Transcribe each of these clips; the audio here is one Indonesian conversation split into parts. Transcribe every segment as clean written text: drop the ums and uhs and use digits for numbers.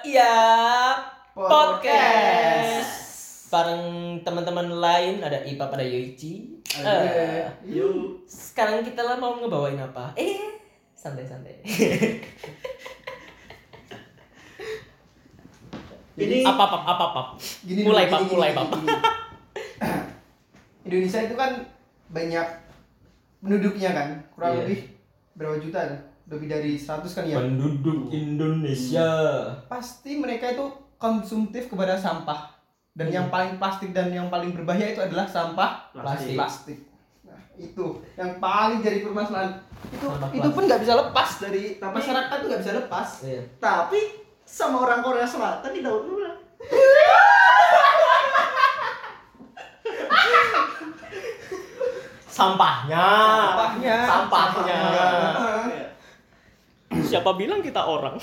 Iya podcast bareng teman-teman lain, ada Ipa, pada Yoichi. Sekarang kita lah mau ngebawain apa? Santai-santai. Ini apa? Gini Mulai dulu, Pak. gini. Indonesia itu kan banyak penduduknya kan, kurang Iya. lebih berapa juta kan? Lebih dari 100 kan ya. Penduduk Indonesia. Pasti mereka itu konsumtif kepada sampah. Dan yang paling plastik dan yang paling berbahaya itu adalah sampah plastik. Nah, itu yang paling jadi permasalahan. Itu pun nggak bisa lepas dari masyarakat, tuh nggak bisa lepas. Iya. tapi sama orang Korea Selatan di daun ulang. Sampahnya. Sampahnya. Siapa bilang kita orang?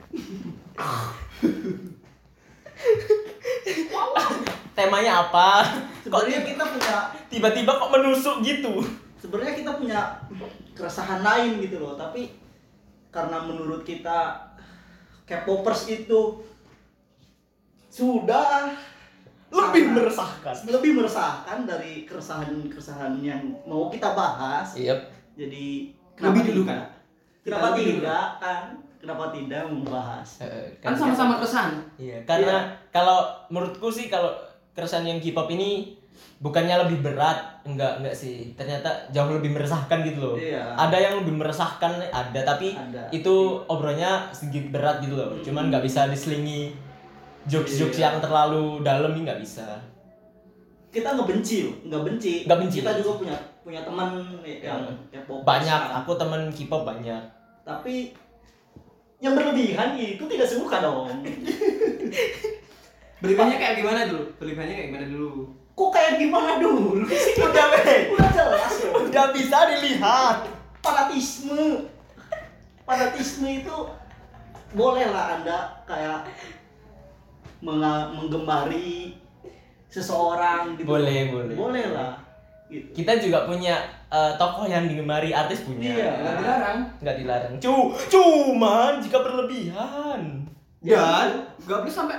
Temanya apa? Sebenarnya kita punya Tiba-tiba kok menusuk gitu? sebenarnya kita punya keresahan lain gitu loh, tapi karena menurut kita K-popers itu sudah Lebih sangat- lebih meresahkan dari keresahan yang mau kita bahas. Iya. Jadi Lebih dulu tidak? kan? Kenapa Kita lebih dulu. tidak kan? Kenapa tidak membahas? Kan sama-sama keresahan. Iya, karena kalau menurutku sih kalau keresahan yang K-pop ini bukannya lebih berat, enggak sih. Ternyata jauh lebih meresahkan gitu loh. Iya. Ada yang lebih meresahkan, ada, tapi Ada. itu obrolannya sedikit berat gitu loh. Cuman nggak bisa diselingi jokes-jokes Iya. yang terlalu dalam, ini nggak bisa. Kita nggak benci loh, nggak benci. Nggak benci. Kita juga punya teman yang K-popers Banyak, kan. aku temen K-pop banyak. Tapi yang berlebihan itu tidak suka dong. Berlebihannya kayak gimana dulu? Kok kayak gimana dulu sih? Udah, weh. Udah jelas loh. Udah bisa dilihat. Fanatisme itu bolehlah Anda kayak menggemari seseorang gitu. Boleh. Boleh lah. Gitu. Kita juga punya tokoh yang digemari, artis punya. Iya. Nggak dilarang. Nggak dilarang. Cuman jika berlebihan, Dan nggak boleh sampai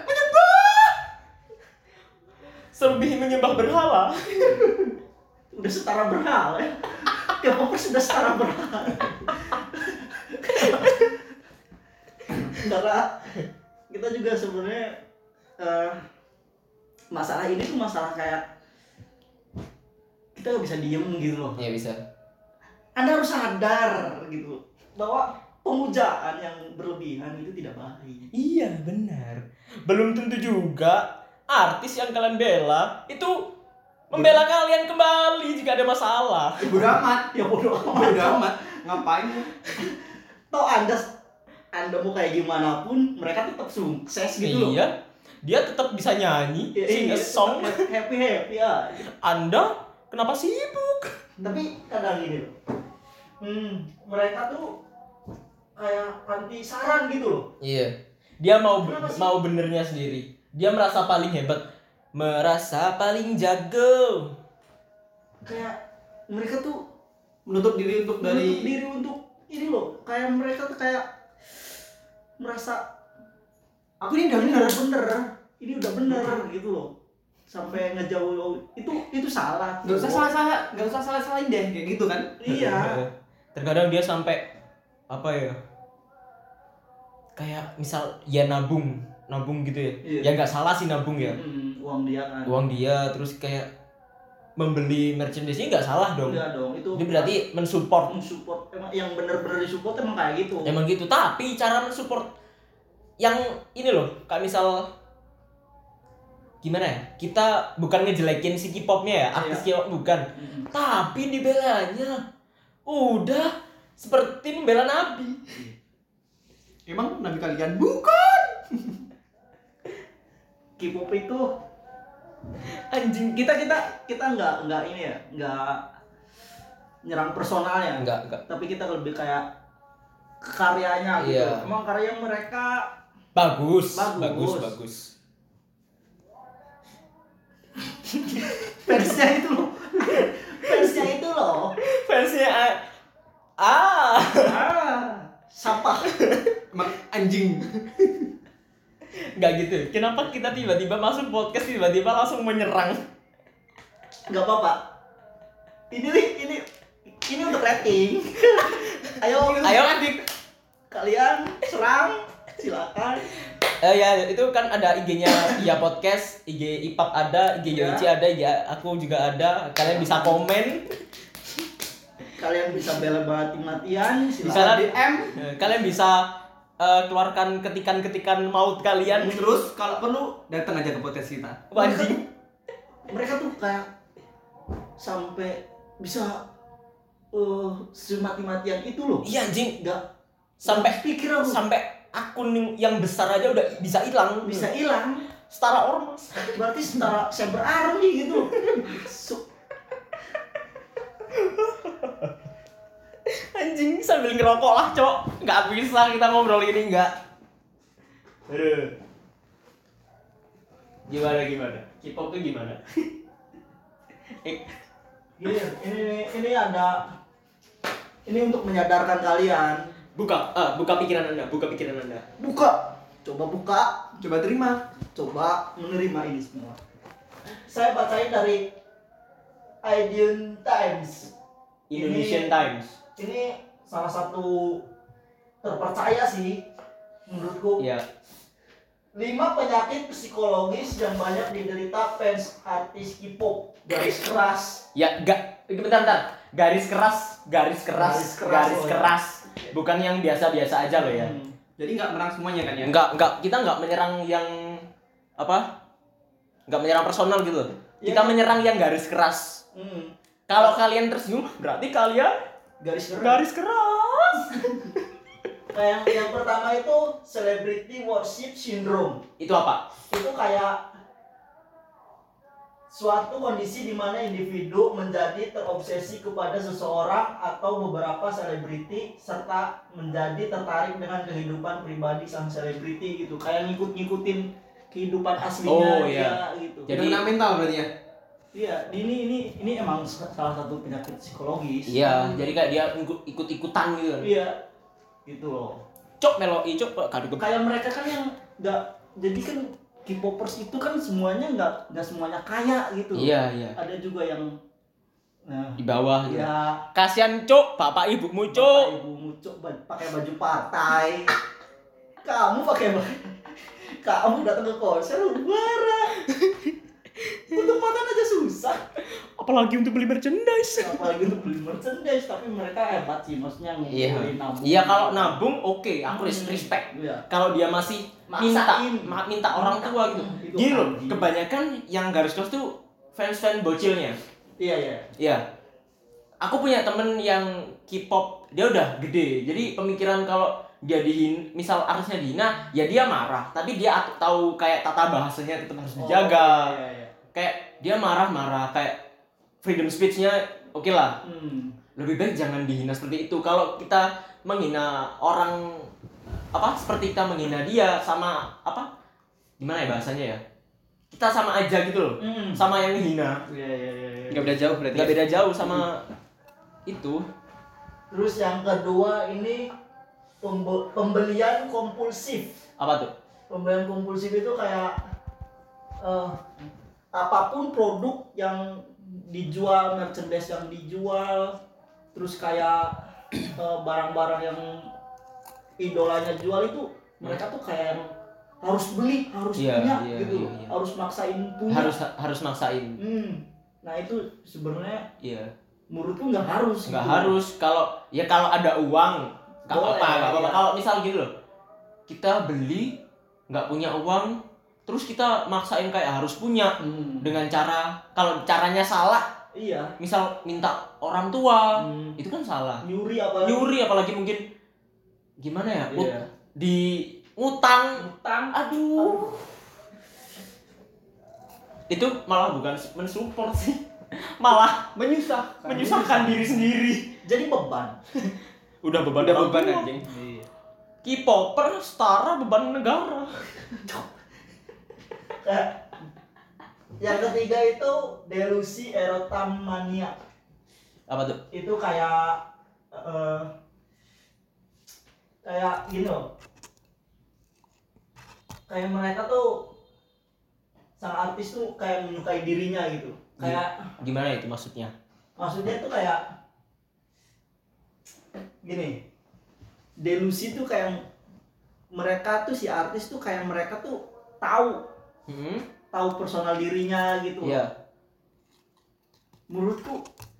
selebih menyembah berhala. Udah setara berhala ya. K-popers sudah setara berhala. Karena kita juga sebenarnya masalah ini tuh masalah kayak kita nggak bisa diem gitu loh. Iya bisa. Anda harus sadar gitu bahwa pemujaan yang berlebihan itu tidak baik. Iya benar. Belum tentu juga artis yang kalian bela itu membela kalian kembali jika ada masalah. bodo amat. Ya bodoh amat. Bodo amat. Ngapain? Toh Anda mau kayak gimana pun mereka tetap sukses gitu loh. Iya. Dia tetap bisa nyanyi, sing a song. happy ya. Anda kenapa sibuk? Tapi kadang gini loh. Mereka tuh kayak anti saran gitu loh. Iya. Dia Kenapa sih? mau benernya sendiri. Dia merasa paling hebat, merasa paling jago. Kayak mereka tuh Menutup diri untuk menutup dari diri untuk ini loh. Kayak mereka tuh kayak merasa aku ini udah ini bener. udah bener. Ini udah bener gitu loh. Sampai ngejauh itu salah. Nggak usah salah-salahin deh kayak gitu kan? Iya. Terkadang dia sampai apa ya? Kayak misal ya nabung gitu ya. Iya. Ya nggak salah sih nabung ya. Uang dia kan. Uang dia terus kayak membeli merchandise-nya nggak salah dong. Udah dong itu. Dia berarti mensupport. Emang yang bener-bener disupport emang kayak gitu. Emang gitu. Tapi cara mensupport yang ini loh, kayak misal gimana ya? Kita bukan ngejelekin si K-popnya ya, artis K-pop bukan. Tapi dibelanya udah seperti membela nabi. Emang nabi kalian bukan? K-pop itu Anjing, kita nggak ini ya, nggak nyerang personalnya. enggak. Tapi kita lebih kayak karyanya gitu. Iya. Emang karya mereka Bagus. fansnya itu loh. Fansnya Sampah. Emang anjing. Nggak gitu. Kenapa kita tiba-tiba masuk podcast tiba-tiba langsung menyerang? Nggak apa-apa. Ini untuk rating. Ayo Adik. kalian serang, silakan. Ya itu kan ada IG-nya Iya Podcast, IG Ipap ada, IG Yoichi ada, IG aku juga ada. Kalian bisa komen. Kalian bisa bela mati-matian, Bisa silakan. DM. Kalian bisa keluarkan ketikan-ketikan maut kalian. Terus kalau perlu datang aja ke podcast kita. Anjing. Mereka tuh kayak sampai bisa semati-matian itu loh. Iya anjing. Nggak Sampai pikir aku. sampai akun yang besar aja udah bisa hilang. Bisa hilang. Setara ormas. Berarti setara cyber army gitu. Anjing sambil ngerokok lah, Cok. Nggak bisa kita ngobrol ini enggak. Gimana? K-pop tuh gimana? Ini ada ini untuk menyadarkan kalian. Buka pikiran Anda. Coba buka, Coba terima. coba menerima ini semua. Saya bacain dari Indonesian Times. Indonesian Times. Ini salah satu terpercaya sih menurutku. Iya. 5 penyakit psikologis yang banyak diderita fans artis K-pop. Garis keras. Ya, bentar. Garis keras. Bukan yang biasa-biasa aja loh ya. Jadi nggak menang semuanya kan ya? Enggak, kita enggak menyerang yang apa? Enggak menyerang personal gitu. Kita Iya. menyerang yang garis keras. Kalau kalian tersinggung, berarti kalian garis keras. Yang pertama itu celebrity worship syndrome. Itu apa? Itu kayak suatu kondisi di mana individu menjadi terobsesi kepada seseorang atau beberapa selebriti serta menjadi tertarik dengan kehidupan pribadi sang selebriti gitu. Kayak ngikutin kehidupan aslinya Oh, iya. dia gitu. Jadi kena mental berarti ya? Iya, ini emang salah satu penyakit psikologis. Iya, jadi kayak dia ikut-ikutan gitu kan. Iya. Gitu loh. Cok meloi, cok kadu. Kayak mereka kan yang enggak, jadi kan K-popers itu kan semuanya enggak semuanya kaya gitu. Iya. Ada juga yang Di bawah gitu. ya Kasihan cok, bapak ibumu bapak cok. ibumu pakai baju partai. Kamu datang ke konser lebaran. Untuk makan aja susah. Apalagi untuk beli merchandise. Apalagi untuk beli merchandise, tapi mereka hebat sih, maksudnya ngumpulin nabung. Iya kalau nabung oke, aku respect. Iya. Kalau dia masih Maksain. minta orang tua gitu. Itu Gini loh, anjing. kebanyakan yang garis keras tuh fans bocilnya. Iya. Iya. Aku punya temen yang K-pop, dia udah gede. Jadi pemikiran kalau dia misal artisnya dihina, ya dia marah. Tapi dia tahu kayak tata bahasanya tetap harus dijaga. Iya. Kayak dia marah-marah, kayak freedom speech-nya oke lah. Lebih baik jangan dihina seperti itu. Kalau kita menghina orang seperti kita menghina dia sama gimana ya bahasanya ya? Kita sama aja gitu loh. Sama yang menghina. Iya. Nggak beda jauh berarti. Nggak beda jauh sama itu. Terus yang kedua ini pembelian kompulsif. Apa tuh? Pembelian kompulsif itu kayak apapun produk yang dijual, merchandise yang dijual, terus kayak barang-barang yang idolanya jual itu mereka tuh kayak yang harus beli, harus punya gitu, harus maksain punya. Harus maksain. Nah itu sebenarnya Iya. menurutku nggak harus. Nggak gitu. harus. Kalau ada uang nggak Boleh, apa-apa. iya. Kalau misal gitu loh, kita beli nggak punya uang, terus kita maksain kayak harus punya dengan cara, kalau caranya salah, Iya. misal minta orang tua, itu kan salah. Nyuri Apalagi mungkin gimana ya? Iya. Di utang. Aduh. Itu malah bukan mensupport sih. Malah menyusahkan diri sendiri. Jadi beban. Udah beban anjing. Iya. K-popper setara beban negara. Yang ketiga itu delusi erotomania. Apa tuh? Itu kayak kayak gini loh. kayak mereka tuh sang artis tuh kayak menyukai dirinya gitu. Kayak Gimana itu maksudnya? maksudnya tuh kayak gini, delusi tuh kayak mereka tuh si artis tuh kayak mereka tuh tahu personal dirinya gitu. Iya. Menurutku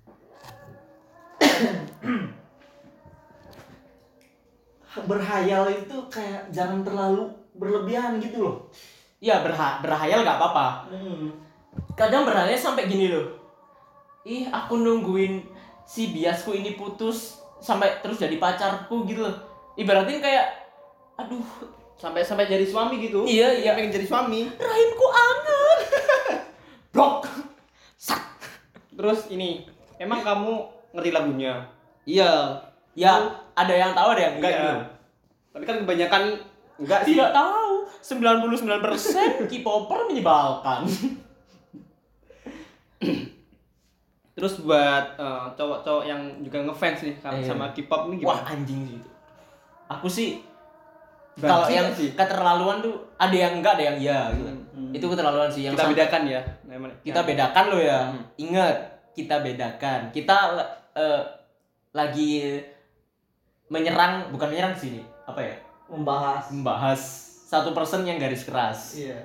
berhayal itu kayak jangan terlalu berlebihan gitu loh. Iya, berhayal nggak apa-apa. Kadang berhayal sampai gini loh. Ih, aku nungguin si biasku ini putus sampai terus jadi pacarku gitu loh. Ibaratin kayak aduh, Sampai jadi suami gitu. Iya. Pengen jadi suami. rahimku anget. Blok. Sak. Terus ini, emang kamu ngerti lagunya? Iya. Ya, ada yang tahu ada yang enggak Iya. gitu. Tapi kan kebanyakan enggak sih. Tidak tahu. 99% K-popper menyebalkan. Terus buat cowok-cowok yang juga ngefans nih sama K-pop ini Wah, gimana? anjing sih itu. Aku sih Benci kalau yang nggak sih? keterlaluan tuh ada yang enggak, ada yang iya gitu. Itu keterlaluan sih yang Kita sampai- bedakan ya. Kita bedakan loh ya. Ingat, kita bedakan. Kita lagi bukan menyerang sih, apa ya? Membahas satu person yang garis keras. Iya.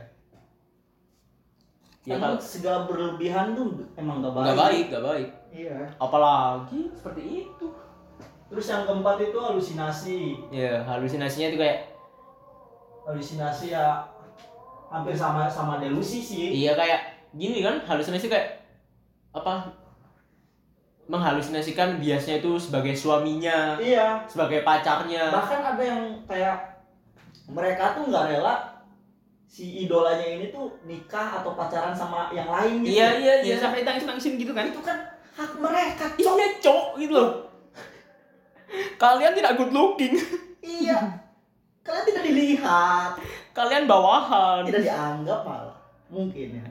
Ya, Emang kalau segala berlebihan tuh emang gak baik. nggak baik. Iya. Apalagi seperti itu. Terus yang keempat itu halusinasi. Ya, halusinasinya itu kayak Halusinasi ya hampir sama delusi sih. iya kayak gini kan, halusinasi kayak apa? Menghalusinasikan biasanya itu sebagai suaminya, Iya. sebagai pacarnya. Bahkan ada yang kayak mereka tuh nggak rela si idolanya ini tuh nikah atau pacaran sama yang lain gitu. Iya. Ya sampai tangis-tangisin gitu kan. Itu kan hak mereka. Iya, cok gitu loh. Kalian tidak good looking. Iya. Kalian tidak dilihat, Kalian bawahan. tidak dianggap malah. Mungkin ya.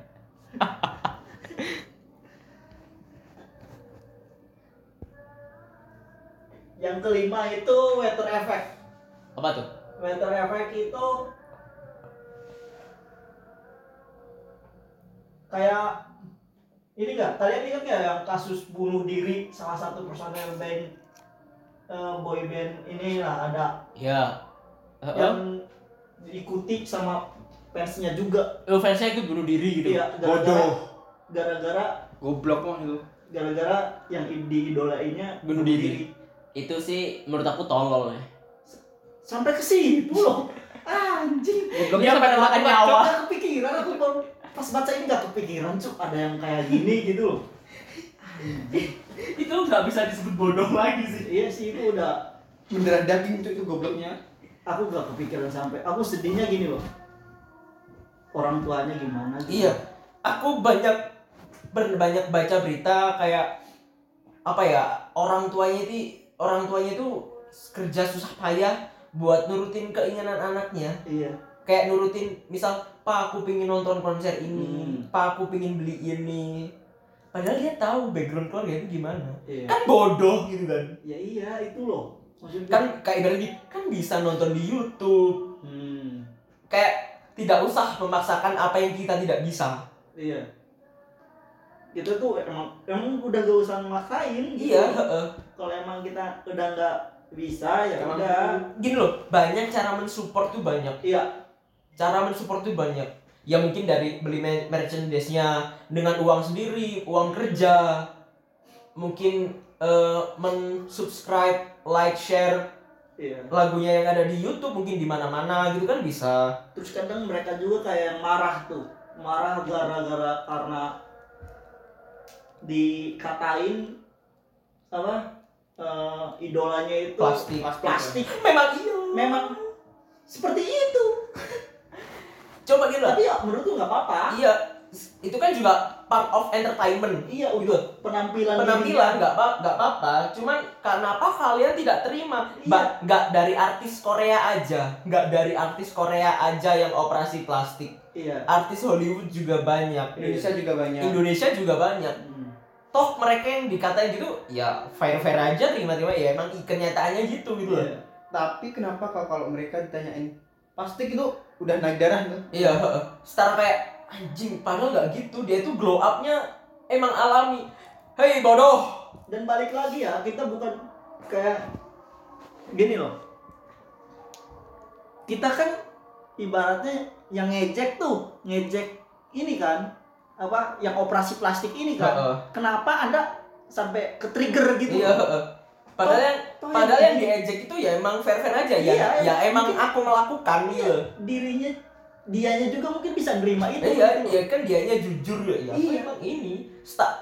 Yang kelima itu weather effect. Apa tuh? Weather effect itu kayak ini enggak? Kalian ingat nggak yang kasus bunuh diri salah satu personel band boy band ini lah, ada Ya. yang diikuti sama fansnya juga. Fansnya ikut bunuh diri gitu. Iya, gara-gara Goblok mah itu. gara-gara yang diidolainnya Bunuh diri. Itu sih menurut aku tolol ya. sampai ke situ loh. Anjing. Gobloknya Dia sampai merelakan mati, nyawa. Gak kepikiran, aku baru pas baca ini gak kepikiran cuk ada yang kayak gini gitu loh. Itu nggak bisa disebut bodoh lagi sih. Iya sih, itu udah Mendarah daging itu gobloknya. aku gak kepikiran sampai. Aku sedihnya gini loh. Orang tuanya gimana gitu. Iya. Aku banyak baca berita kayak apa ya, orang tuanya itu kerja susah payah buat nurutin keinginan anaknya. Iya. Kayak nurutin, misal, Pak aku pingin nonton konser ini, Pak aku pingin beli ini. Padahal dia tahu background keluarga itu gimana. Iya. Kan bodoh gitu kan. Ya iya itu loh. Maksudnya Kan kayak ibaratnya kan bisa nonton di YouTube. Kayak tidak usah memaksakan apa yang kita tidak bisa. Iya. Itu tuh emang udah gak usah maksain gitu. Iya, heeh. Kalau emang kita udah nggak bisa ya udah. Gini loh, banyak cara mensupport tuh banyak. Iya. Cara mensupport tuh banyak. Ya mungkin dari beli merchandise-nya dengan uang sendiri, uang kerja. Mungkin men-subscribe, like, share Iya. lagunya yang ada di YouTube, mungkin di mana-mana gitu kan bisa. Terus kadang mereka juga kayak yang marah tuh. Marah gara-gara karena dikatain apa? Idolanya itu plastik. Memang iya. Memang seperti itu. Coba gitu lah. Tapi ya menurutku nggak apa-apa. Iya, itu kan juga part of entertainment. Iya, Gitu. untuk penampilan Nggak apa-apa. Cuman kenapa kalian tidak terima? Iya. Nggak dari artis Korea aja yang operasi plastik. Iya. Artis Hollywood juga banyak. Indonesia juga banyak. Toh mereka yang dikatain gitu, ya fair aja, terima ya emang kenyataannya gitu loh. Iya. Tapi kenapa kalau mereka ditanyain plastik itu udah naik darah tuh. Iya, secara kayak anjing, padahal nggak gitu, dia itu glow up-nya emang alami. Hei bodoh. Dan balik lagi ya, kita bukan kayak gini loh. Kita kan ibaratnya yang ngejek ini kan, apa yang operasi plastik ini kan. Kenapa Anda sampai ke trigger gitu? Iya, padahal yang gini. diejek itu ya emang fair-fair aja ya. Iya, Ya emang mungkin- aku melakukan gitu. Dianya juga mungkin bisa nerima itu. Iya, gitu. iya kan dianya jujur ya. Aku Iya. emang ini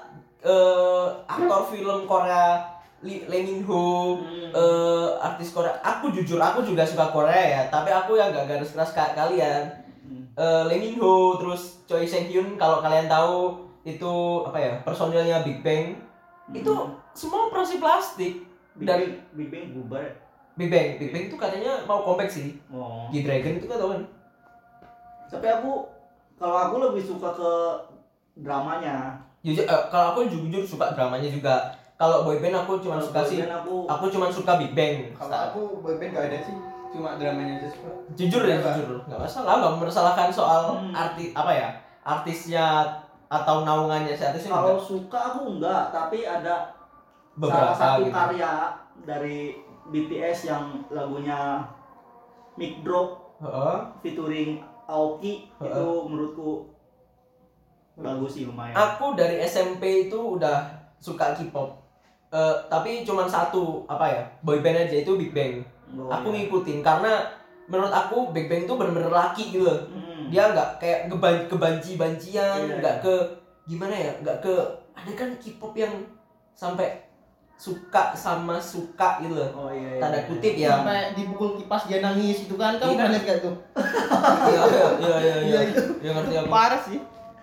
aktor film Korea Lee Min Ho, artis Korea. Aku jujur, aku juga suka Korea ya, tapi aku yang gak garis keras kayak kalian. Lee Min Ho, terus Choi Sang Hyun, kalau kalian tahu itu apa ya, personilnya Big Bang. Itu semua operasi plastik. Dan Big Bang bubar. Big Bang itu katanya mau comeback sih. Oh. G-Dragon itu kan tau kan? Tapi kalau aku lebih suka ke dramanya. Jujur, kalau aku jujur suka dramanya juga. Kalau boyband aku cuma suka sih. Aku cuma suka Big Bang. Kalau aku boyband gak ada sih, cuma dramanya aja suka. Jujur ya, jujur. Nggak masalah, nggak mempersalahkan soal artisnya atau naungannya si artisnya. Kalau enggak. suka aku enggak, tapi ada Beberapa salah satu gitu. karya dari BTS yang lagunya Mic Drop Heeh. featuring Aoki itu menurutku bagus sih, lumayan. Aku dari SMP itu udah suka K-pop. Tapi cuma satu boyband aja, itu Big Bang. Oh, Aku iya. ngikutin karena menurut aku Big Bang itu bener-bener laki gitu loh. Dia nggak kayak kebanci-bancian, Iya, nggak ke gimana ya, nggak ke ada kan K-pop yang sampai suka sama suka gitu loh. Oh iya. Tanda kutip ya. Sampai dipukul kipas dia nangis gitu kan, kamu Iya. pernah lihat gak tuh? Iya itu. Ya ngerti aku. Parah sih.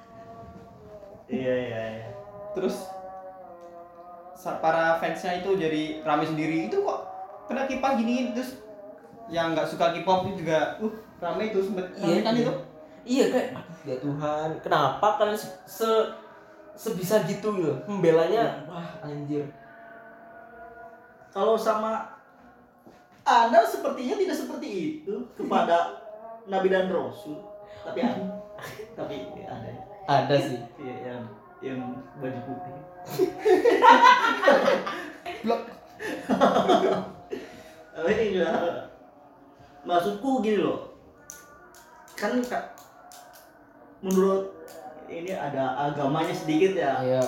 Iya. Terus para fansnya itu jadi rame sendiri, itu kok kena kipas gini, terus yang nggak suka K-pop itu juga rame itu sempet rame kan itu. Iya kayak aduh ya Tuhan, kenapa kalian sebisa gitu gitu membelanya? Wah anjir. Kalau sama Anda sepertinya tidak seperti itu kepada Nabi dan Rasul. Tapi ada. Ada sih. Iya, yang baju putih. Blok. Ini juga maksudku gini loh. Kan menurut ini ada agamanya sedikit ya. Iya.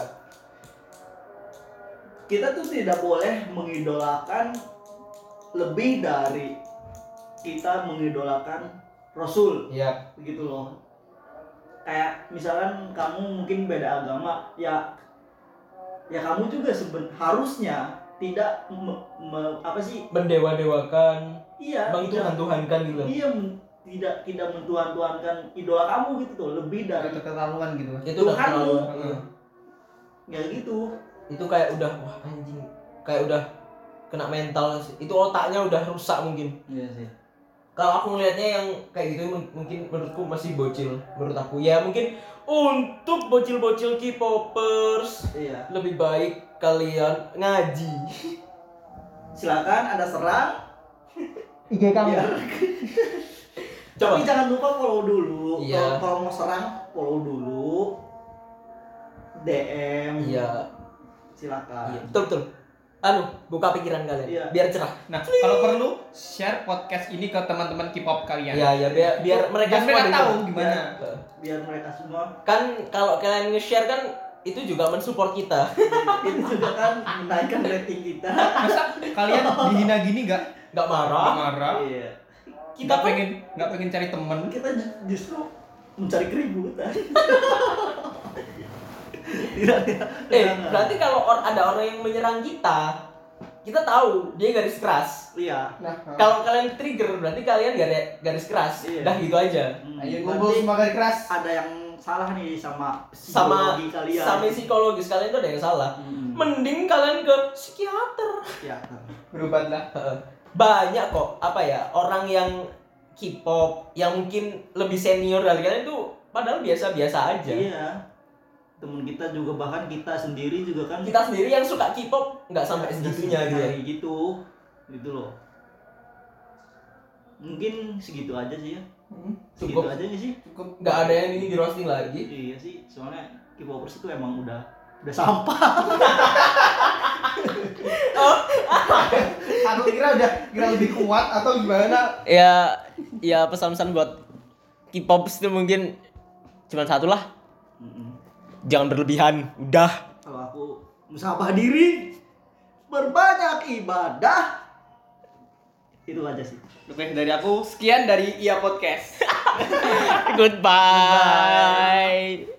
Kita tuh tidak boleh mengidolakan lebih dari kita mengidolakan Rasul. Iya. Begitu loh. Kayak misalkan kamu mungkin beda agama, ya kamu juga harusnya tidak Mendewa-dewakan. iya, Tuhan-tuhankan gitu. iya, tidak mentuhan-tuhankan idola kamu gitu tuh, lebih dari Keterlaluan gitu. Itu udah Tuhanmu. terlalu. ya gitu. Itu kayak udah wah anjing, kayak udah kena mental sih. Itu otaknya udah rusak mungkin. Iya sih. Kalau aku ngelihatnya yang kayak gitu mungkin menurutku masih bocil menurut aku. Ya mungkin untuk bocil-bocil K-popers Iya. lebih baik kalian ngaji. Silakan Anda serang. IG kamu. Iya. Coba. Tapi jangan lupa follow dulu. Iya. Kalau mau serang, follow dulu. DM. Iya. Silakan. Iya, betul. Buka pikiran kalian Iya. biar cerah. Nah, kalau perlu share podcast ini ke teman-teman K-pop kalian. Iya, biar mereka Biar semua mereka dengar. tahu gimana. Biar mereka semua Kan kalau kalian nge-share kan itu juga mensupport kita. itu juga kan menaikkan rating kita. Masa kalian dihina gini nggak Nggak marah. marah? Iya. Kita Nggak kan pengen cari temen? Kita justru mencari keributan. Tidak. berarti kalau ada orang yang menyerang kita tahu dia garis keras. Iya. Nah, Kalau kalian trigger berarti kalian garis keras. Iya. Dah gitu aja. ayo Berarti ngumpul semua garis keras. ada yang salah nih sama Sama psikologi kalian. sama psikologis kalian tuh ada yang salah. Mending kalian ke psikiater. Ya. Berobatlah. Banyak kok orang yang K-pop yang mungkin lebih senior dari kalian tuh padahal biasa-biasa aja. Iya. Temen kita juga, bahkan kita sendiri juga kan Kita sendiri yang suka K-pop nggak sampai segitunya gitu. gitu. Gitu loh. Mungkin segitu aja sih ya. Segitu aja nih sih. Cukup. Nggak ada yang ini di roasting lagi. Iya sih, soalnya K-popers itu emang udah sampah. Aku kira lebih kuat atau gimana? Ya pesan-pesan buat K-popers itu mungkin cuma satu lah. Jangan berlebihan, udah. Kalau aku musabah diri, berbanyak ibadah. Itu aja sih. Oke, dari aku sekian dari Iya Podcast. Goodbye.